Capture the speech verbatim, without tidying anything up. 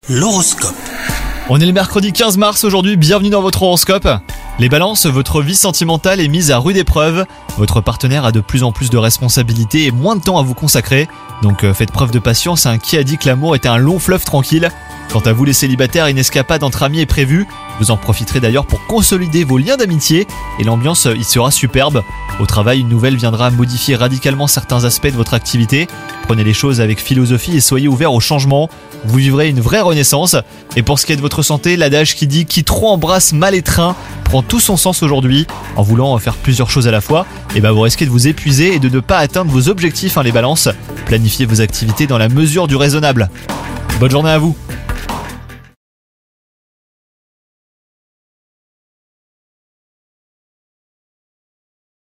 L'horoscope. On est le mercredi quinze mars aujourd'hui, bienvenue dans votre horoscope. Les balances, votre vie sentimentale est mise à rude épreuve. Votre partenaire a de plus en plus de responsabilités et moins de temps à vous consacrer. Donc euh, faites preuve de patience, hein. Qui a dit que l'amour était un long fleuve tranquille ? Quant à vous les célibataires, une escapade entre amis est prévue. Vous en profiterez d'ailleurs pour consolider vos liens d'amitié et l'ambiance y sera superbe. Au travail, une nouvelle viendra modifier radicalement certains aspects de votre activité. Prenez les choses avec philosophie et soyez ouverts au changement. Vous vivrez une vraie renaissance. Et pour ce qui est de votre santé, l'adage qui dit « qui trop embrasse mal étreint » prend tout son sens aujourd'hui. En voulant faire plusieurs choses à la fois, et ben vous risquez de vous épuiser et de ne pas atteindre vos objectifs, hein, les balances. Planifiez vos activités dans la mesure du raisonnable. Bonne journée à vous.